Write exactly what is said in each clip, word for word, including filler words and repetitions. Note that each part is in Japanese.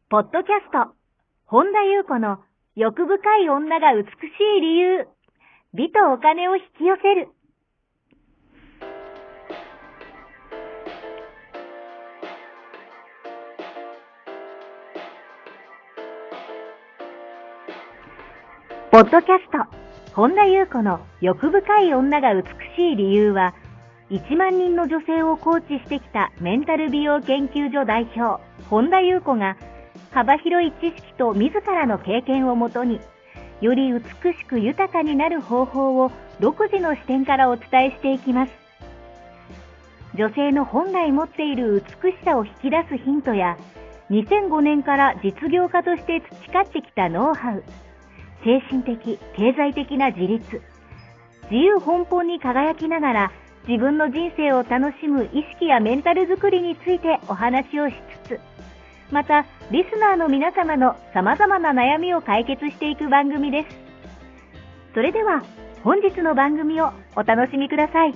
ポッドキャスト、本田裕子の欲深い女が美しい理由、美とお金を引き寄せる。ポッドキャスト、本田裕子の欲深い女が美しい理由は、いちまんにんの女性をコーチしてきたメンタル美容研究所代表、本田裕子が、幅広い知識と自らの経験をもとに、より美しく豊かになる方法を独自の視点からお伝えしていきます。女性の本来持っている美しさを引き出すヒントや、にせんごねんから実業家として培ってきたノウハウ、精神的、経済的な自立、自由奔放に輝きながら自分の人生を楽しむ意識やメンタルづくりについてお話をしつつ、またリスナーの皆様の様々な悩みを解決していく番組です。それでは本日の番組をお楽しみください。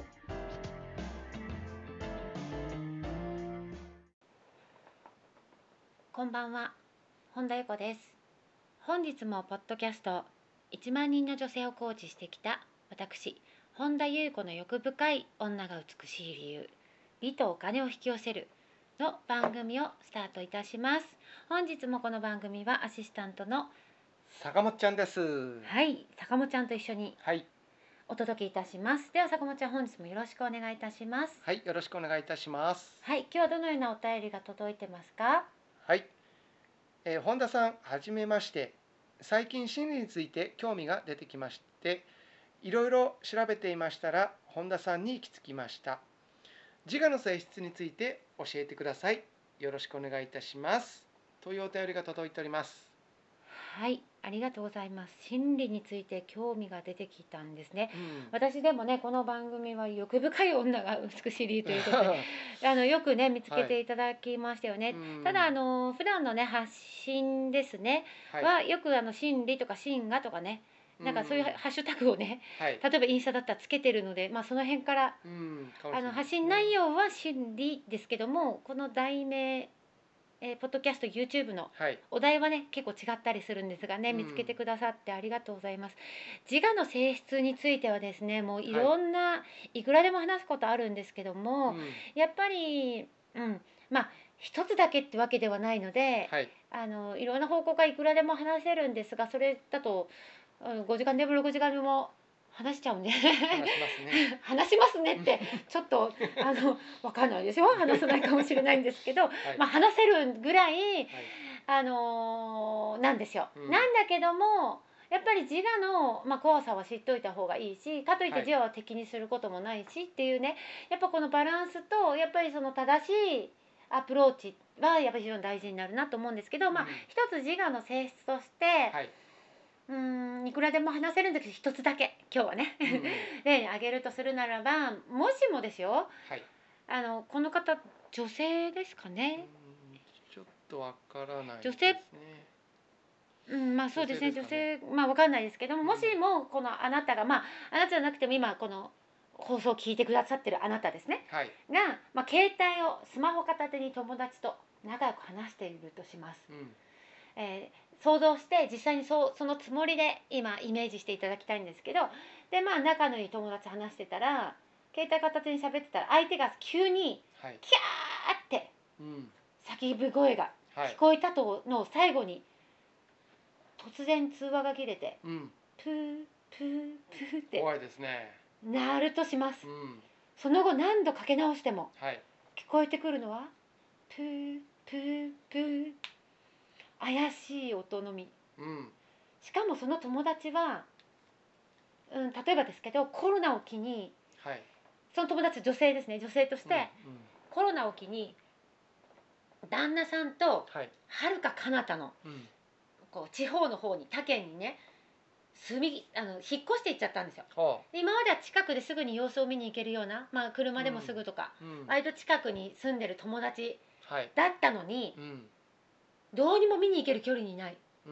こんばんは、本田裕子です。本日もポッドキャストいちまんにんの女性をコーチしてきた私、本田裕子の欲深い女が美しい理由、美とお金を引き寄せるの番組をスタートいたします。本日もこの番組はアシスタントの坂本ちゃんです。 はい、坂本ちゃんと一緒にはいお届けいたします。では坂本ちゃん、本日もよろしくお願いいたします。 はい、よろしくお願いいたします。 はい、今日はどのようなお便りが届いてますか？ はい、えー、本田さん、はじめまして。最近心理について興味が出てきまして、いろいろ調べていましたら本田さんに行き着きました。自我の性質について教えてください。よろしくお願いいたします。というお便りが届いております。 はい、ありがとうございます。心理について興味が出てきたんですね。 うん、 私でもね、この番組は欲深い女が美しい理由ということであのよくね見つけていただきましたよね。 はい、うん、 ただあの普段のね発信ですね、 はい、 はよくあの心理とか心画とかね、なんかそういうハッシュタグをね、 はい、 例えばインスタだったらつけてるので、まあ、その辺から、 うん、 あの発信内容は心理ですけども、この題名、えー、ポッドキャスト YouTube のお題はね結構違ったりするんですがね、見つけてくださってありがとうございます。自我の性質についてはですね、もういろんな、はい、いくらでも話すことあるんですけども、うん、やっぱり、うん、まあ一つだけってわけではないので、はい、あのいろんな方向がいくらでも話せるんですが、それだとごじかんでもろくじかんでも話しちゃうんで話しますね話しますねってちょっとあの分かんないですよ、話さないかもしれないんですけど、はい、まあ、話せるぐらい、はい、あのー、なんですよ、うん、なんだけどもやっぱり自我の、まあ、怖さは知っといた方がいいし、かといって自我を敵にすることもないしっていうね、やっぱこのバランスとやっぱりその正しいアプローチはやっぱり非常に大事になるなと思うんですけど、うん、まあ一つ自我の性質として、はい、うーんいくらでも話せるんだけど一つだけ今日はね、うん、例に挙げるとするならば、もしもですよ、はい、あのこの方女性ですかね。 ちょっとわからないですね。 女性、うん、まあそうですね、女性、まあわかんないですけども、もしもこのあなたが、まああなたじゃなくても今この放送を聞いてくださってるあなたですね、はい、が、まあ、携帯をスマホ片手に友達と仲良く話しているとします。うん、えー、想像して実際に そ, そのつもりで今イメージしていただきたいんですけど、でまあ仲のいい友達話してたら、携帯片手に喋ってたら相手が急にキャーって叫ぶ声が聞こえたとのを最後に突然通話が切れて、うん、プープープーって怖いですね、 鳴るとします。うん、その後何度かけ直しても、はい、聞こえてくるのはプープープー、怪しい音のみ、うん、しかもその友達は、うん、例えばですけどコロナを機に、はい、その友達女性ですね、女性として、うんうん、コロナを機に旦那さんと、はい、はるか彼方の、うん、こう地方の方に他県にね住みあの引っ越していっちゃったんですよ。今までは近くですぐに様子を見に行けるような、まあ、車でもすぐとか、うん、割と近くに住んでる友達だったのに、はい、うん、どうにも見に行ける距離にいない、うん、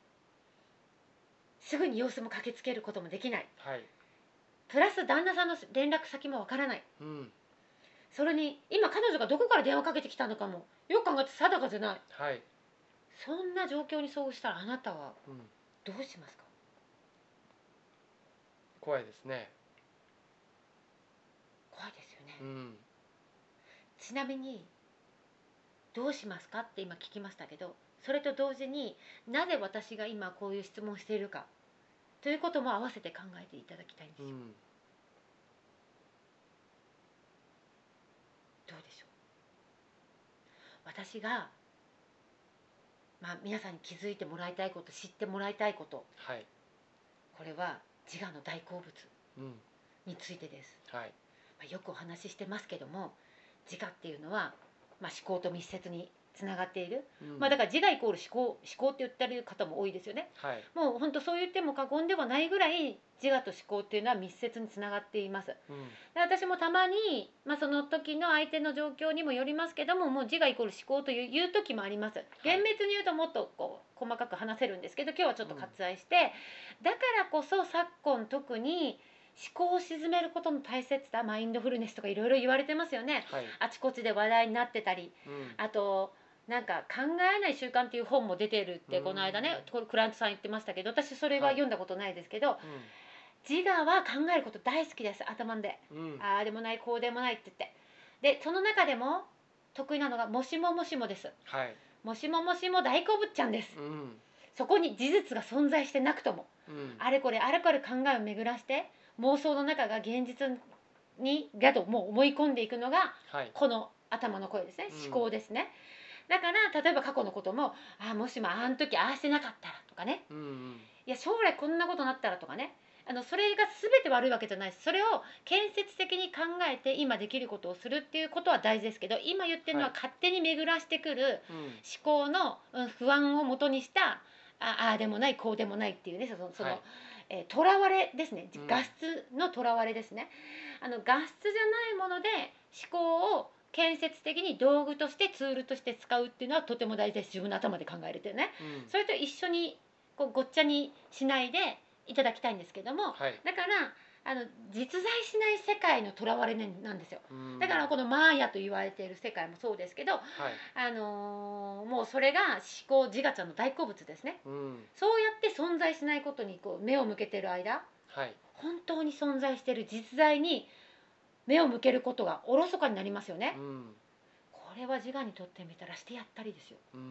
すぐに様子も駆けつけることもできない、はい、プラス旦那さんの連絡先もわからない、うん、それに今彼女がどこから電話かけてきたのかもよく考えて定かじゃない、はい、 そんな状況に遭遇したらあなたはうん、 どうしますか？ 怖いですね。 怖いですよね。 うん、 ちなみにどうしますかって今聞きましたけど、それと同時になぜ私が今こういう質問をしているかということも合わせて考えていただきたいんですよ。 うん、 どうでしょう。私が、まあ、皆さんに気づいてもらいたいこと、知ってもらいたいこと、 はい、 これは自我の大好物うん、 についてです。 はい、 まあ、よくお話ししてますけども、自我っていうのは、まあ、思考と密接につながっている、 うん、 まあ、だから自我イコール思考思考って言ってる方も多いですよね。 はい、 もう本当そう言っても過言ではないぐらい自我と思考っていうのは密接につながっています。でうん、 私もたまに、まあ、その時の相手の状況にもよりますけども、もう自我イコール思考という言う時もあります。厳密に言うともっとこう細かく話せるんですけど、今日はちょっと割愛して、だからこそ昨今特に思考を鎮めることの大切さ、マインドフルネスとかいろいろ言われてますよね。 はい、 あちこちで話題になってたり、 うん、 あとなんか考えない習慣っていう本も出てるってこの間ね、これクライアントさん言ってましたけど、私それは読んだことないですけど、 うん、 自我は考えること大好きです。頭で、 うん、 ああでもないこうでもないって言って、でその中でも得意なのがもしももしもです。 はい、 もしももしも大好物ちゃんです。 うん、 そこに事実が存在してなくとも、 うん、 あれこれあれこれ考えを巡らして妄想の中が現実にだともう思い込んでいくのが、 はい、 この頭の声ですね、 うん、 思考ですね。だから例えば過去のことも、ああもしもあの時ああしてなかったらとかね、 うん、 いや将来こんなことになったらとかね、あのそれが全て悪いわけじゃないです。それを建設的に考えて今できることをするっていうことは大事ですけど、今言ってるのは勝手に巡らしてくるうん、 思考のうん不安をもとにしたああでもないこうでもないっていうね、そのその、 はい、 えー、囚われですね、 うん画質の囚われですね。あの画質じゃないもので思考を建設的に道具としてツールとして使うっていうのはとても大事です。自分の頭で考えるってね、 うん、 それと一緒にこうごっちゃにしないでいただきたいんですけども、 はい、 だからあの実在しない世界のとらわれなんですよ。 うん、 だからこのマーヤと言われている世界もそうですけど、 はい、 あのーもうそれが思考自我ちゃんの大好物ですね。 うん、 そうやって存在しないことにこう目を向けてる間、 はい、 本当に存在している実在に目を向けることがおろそかになりますよね。 うん、 これは自我にとってみたらしてやったりですよ。 うん、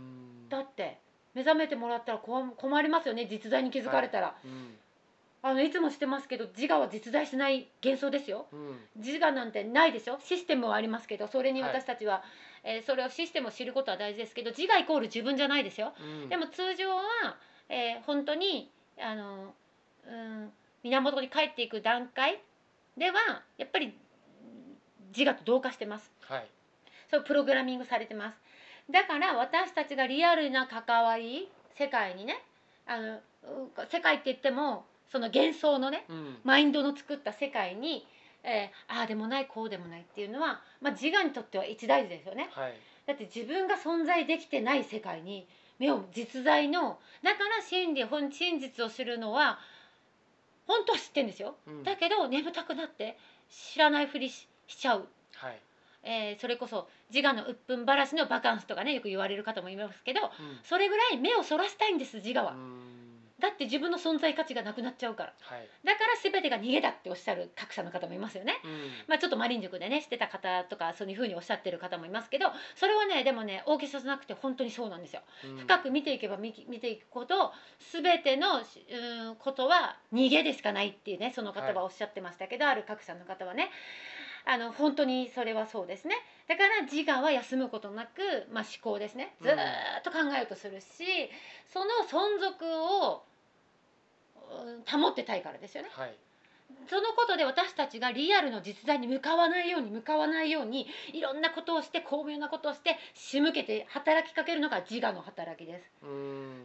だって目覚めてもらったら困りますよね、実在に気づかれたら。 はい、うん、 あのいつもしてますけど、自我は実在しない幻想ですよ。 うん、 自我なんてないでしょ。システムはありますけど、それにはい私たちは、えーそれをシステムを知ることは大事ですけど、自我イコール自分じゃないですよ。 うん、 でも通常は、えー本当にあの、うん、源に帰っていく段階ではやっぱり自我と同化してます。 はい、 そうプログラミングされてます。だから私たちがリアルな関わり世界にね、あの世界って言ってもその幻想のね、 うん、 マインドの作った世界に、えー、ああでもないこうでもないっていうのは、まあ、自我にとっては一大事ですよね。 はい、 だって自分が存在できてない世界に目を実在の、だから真理本真実を知るのは本当は知ってるんですよ、 うん、 だけど眠たくなって知らないふり し, しちゃう、 はい、 えーそれこそ自我の鬱憤ばらしのバカンスとかね、よく言われる方もいますけど、 うん、 それぐらい目をそらしたいんです自我は、 うん、 だって自分の存在価値がなくなっちゃうから。 はい、 だから全てが逃げだっておっしゃる格差の方もいますよね。 うん、 まあちょっとマリン塾でねしてた方とかそういうふうにおっしゃってる方もいますけど、それはねでもね大げさじゃなくて本当にそうなんですよ。 うん、 深く見ていけば見見ていくほど全てのうんことは逃げでしかないっていうね、その方はおっしゃってましたけど、はい、ある格差の方はね、あの本当にそれはそうですね。だから自我は休むことなく、まあ、思考ですね、ずーっと考えようとするし、その存続をうん保ってたいからですよね。 はい、 そのことで私たちがリアルの実在に向かわないように向かわないようにいろんなことをして巧妙なことをして仕向けて働きかけるのが自我の働きです。 うん、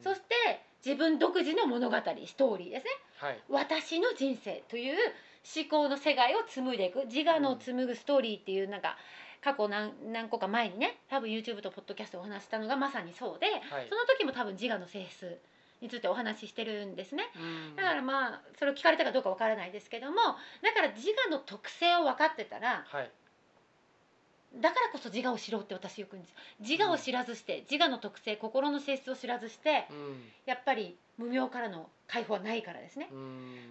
そして自分独自の物語ストーリーですね、 はい、 私の人生という思考の世界を紡いでいく、自我の紡ぐストーリーっていうなんか過去 何, 何個か前にね多分 YouTube とポッドキャストをお話したのがまさにそうで、 はい、 その時も多分自我の性質についてお話ししてるんですね。 うん、 だからまあそれを聞かれたかどうかわからないですけども、だから自我の特性を分かってたらはい、 だからこそ自我を知ろうって私よく言うんですよ。自我を知らずして、自我の特性、心の性質を知らずして、 うん、 やっぱり無明からの解放はないからですね。 うん、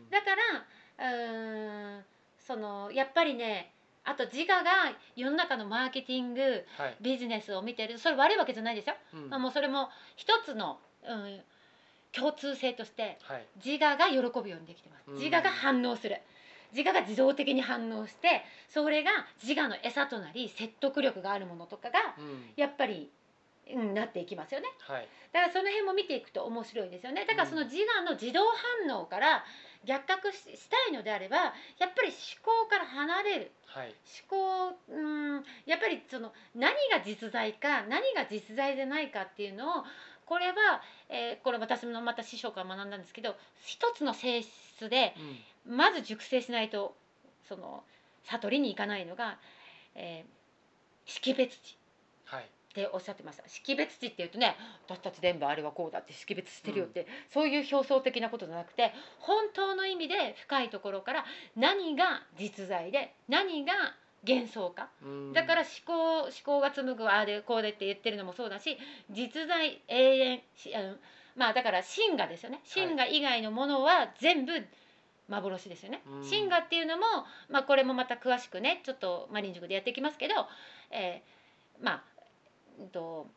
だからうーんそのやっぱりね、あと自我が世の中のマーケティング、 はい、 ビジネスを見てる、それ悪いわけじゃないですよ、 うん、 まあ、もうそれも一つの、うん、共通性としてはい、 自我が喜ぶようにできてます。自我が反応する、自我が自動的に反応して、それが自我の餌となり説得力があるものとかがうん、 やっぱり、うん、なっていきますよね。 はい、 だからその辺も見ていくと面白いですよね。だからその自我の自動反応から逆覚ししたいのであれば、やっぱり思考から離れる、 はい、 思考、うんやっぱりその何が実在か何が実在でないかっていうのを、これは、えーこれ私のまた師匠から学んだんですけど、一つの性質でうん、 まず熟成しないとその悟りに行かないのが、えー識別値はい、 っておっしゃってました。識別値っていうとね、私たち全部あれはこうだって識別してるよって、うん、そういう表層的なことじゃなくて、本当の意味で深いところから何が実在で何が幻想か、うん、だから思考思考が紡ぐああでこうでって言ってるのもそうだし、実在永遠し、うん、まあだから真我ですよね。真我以外のものは全部幻ですよね。はい、真我っていうのも、まあ、これもまた詳しくねちょっとマリン塾でやっていきますけど、えー、まあと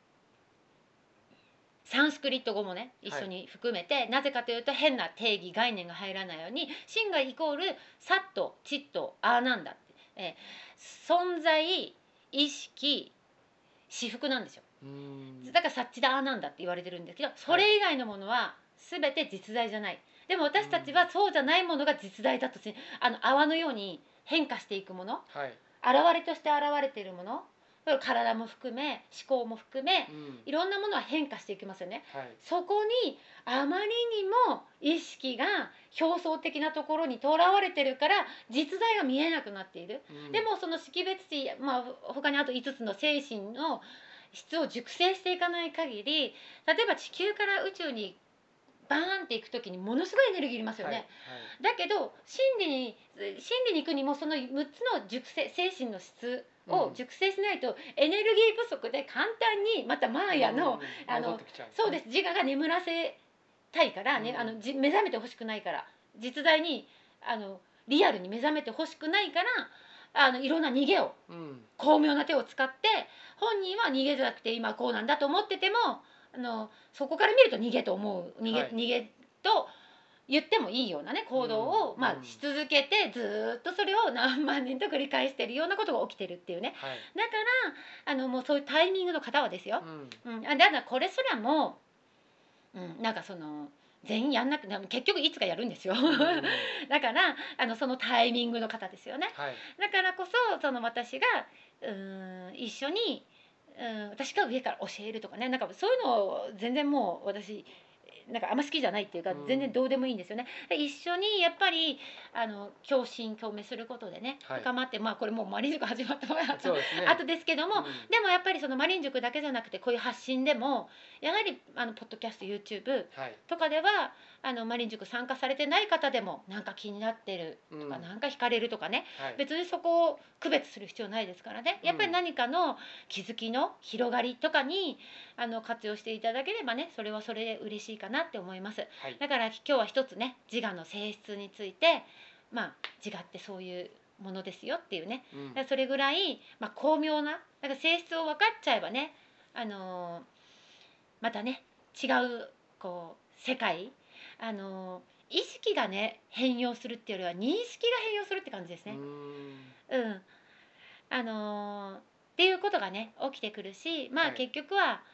サンスクリット語もね一緒に含めて、はい、なぜかというと変な定義概念が入らないように、真がイコールサッとチッとああなんだって、えー、存在意識至福なんですよ。だからサッチだああなんだって言われてるんですけど、それ以外のものは全て実在じゃない。でも私たちはそうじゃないものが実在だとし、あの泡のように変化していくもの、はい、現れとして現れているもの、体も含め思考も含め、うん、いろんなものは変化していきますよね、はい、そこにあまりにも意識が表層的なところにとらわれてるから実在が見えなくなっている、うん、でもその識別値、まあ、他にあといつつの精神の質を熟成していかない限り、例えば地球から宇宙にバーンっていく時にものすごいエネルギーいりますよね、はいはい、だけど真理に真理に行くにもそのむっつの熟成精神の質を熟成しないと、エネルギー不足で簡単にまたマーヤの、あのそうです、自我が眠らせたいからね、あのじ目覚めてほしくないから、実在にあのリアルに目覚めてほしくないから、あのいろんな逃げを、うん、巧妙な手を使って、本人は逃げじゃなくて今こうなんだと思ってても、あのそこから見ると逃げと思う逃げ、はい、逃げと言ってもいいようなね行動を、うん、まあ、し続けてずっとそれを何万年と繰り返しているようなことが起きてるっていうね、はい、だからあのもうそういうタイミングの方はですよ、うんうん、だからこれすらも、うん、なんかその全員やんなくて結局いつかやるんですよ、うん、だからあのそのタイミングの方ですよね、はい、だからこそその私がうん一緒に、うん、私が上から教えるとかね、なんかそういうのを全然もう私なんかあんま好きじゃないっていうか、全然どうでもいいんですよね。で一緒にやっぱりあの共振共鳴することでね、はい、深まって、まあこれもうマリン塾始まった後です、ね、後ですけども、うん、でもやっぱりそのマリン塾だけじゃなくてこういう発信でもやはりあのポッドキャスト YouTube とかでは、はい、あのマリン塾参加されてない方でもなんか気になってるとか、うん、なんか惹かれるとかね、はい、別にそこを区別する必要ないですからね、やっぱり何かの気づきの広がりとかにあの活用していただければね、それはそれで嬉しいかなって思います、はい、だから今日は一つね自我の性質について、まあ自我ってそういうものですよっていうね、うん、だからそれぐらい、まあ、巧妙なだから性質を分かっちゃえばね、あのー、またね違うこう世界、あのー、意識がね変容するっていうよりは認識が変容するって感じですね。うん、うん、あのー、っていうことがね起きてくるし、まあ結局は、はい、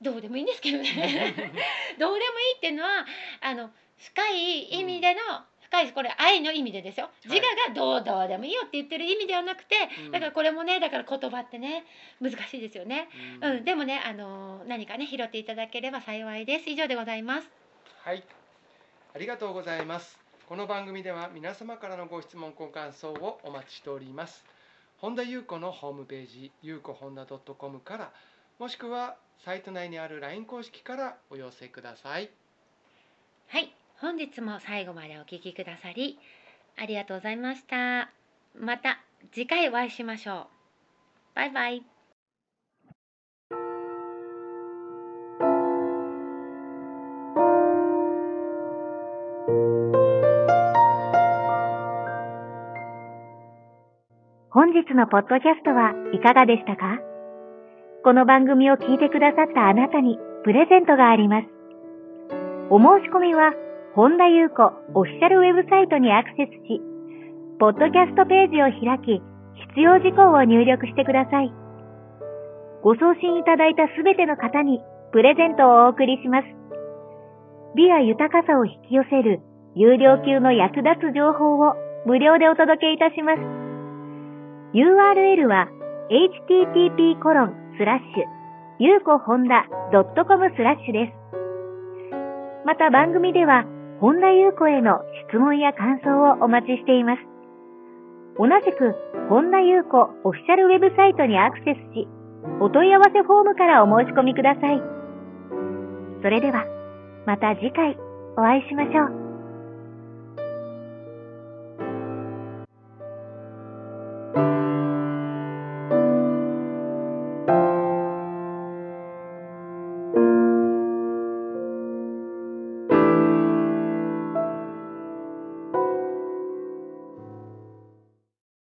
どうでもいいんですけどねどうでもいいっていうのはあの深い意味での、うん、深いこれ愛の意味でですよ、自我がどうどうでもいいよって言ってる意味ではなくて、うん、だからこれもねだから言葉ってね難しいですよね、うん、うん、でもねあの何かね拾っていただければ幸いです。以上でございます。 はい、ありがとうございます。この番組では皆様からのご質問ご感想をお待ちしております。本田裕子のホームページゆうこ本田 .com から、もしくはサイト内にある ライン 公式からお寄せください。 はい、本日も最後までお聞きくださりありがとうございました。また次回お会いしましょう。 バイバイ。 本日のポッドキャストはいかがでしたか？この番組を聞いてくださったあなたにプレゼントがあります。お申し込みは、本田裕子オフィシャルウェブサイトにアクセスし、ポッドキャストページを開き、必要事項を入力してください。ご送信いただいたすべての方にプレゼントをお送りします。美や豊かさを引き寄せる有料級の役立つ情報を無料でお届けいたします。ユーアールエル は エイチティーティーピーコロンスラッシュゆうこほんだドットコムスラッシュです。また番組では本田裕子への質問や感想をお待ちしています。同じく本田裕子オフィシャルウェブサイトにアクセスし、お問い合わせフォームからお申し込みください。それではまた次回お会いしましょう。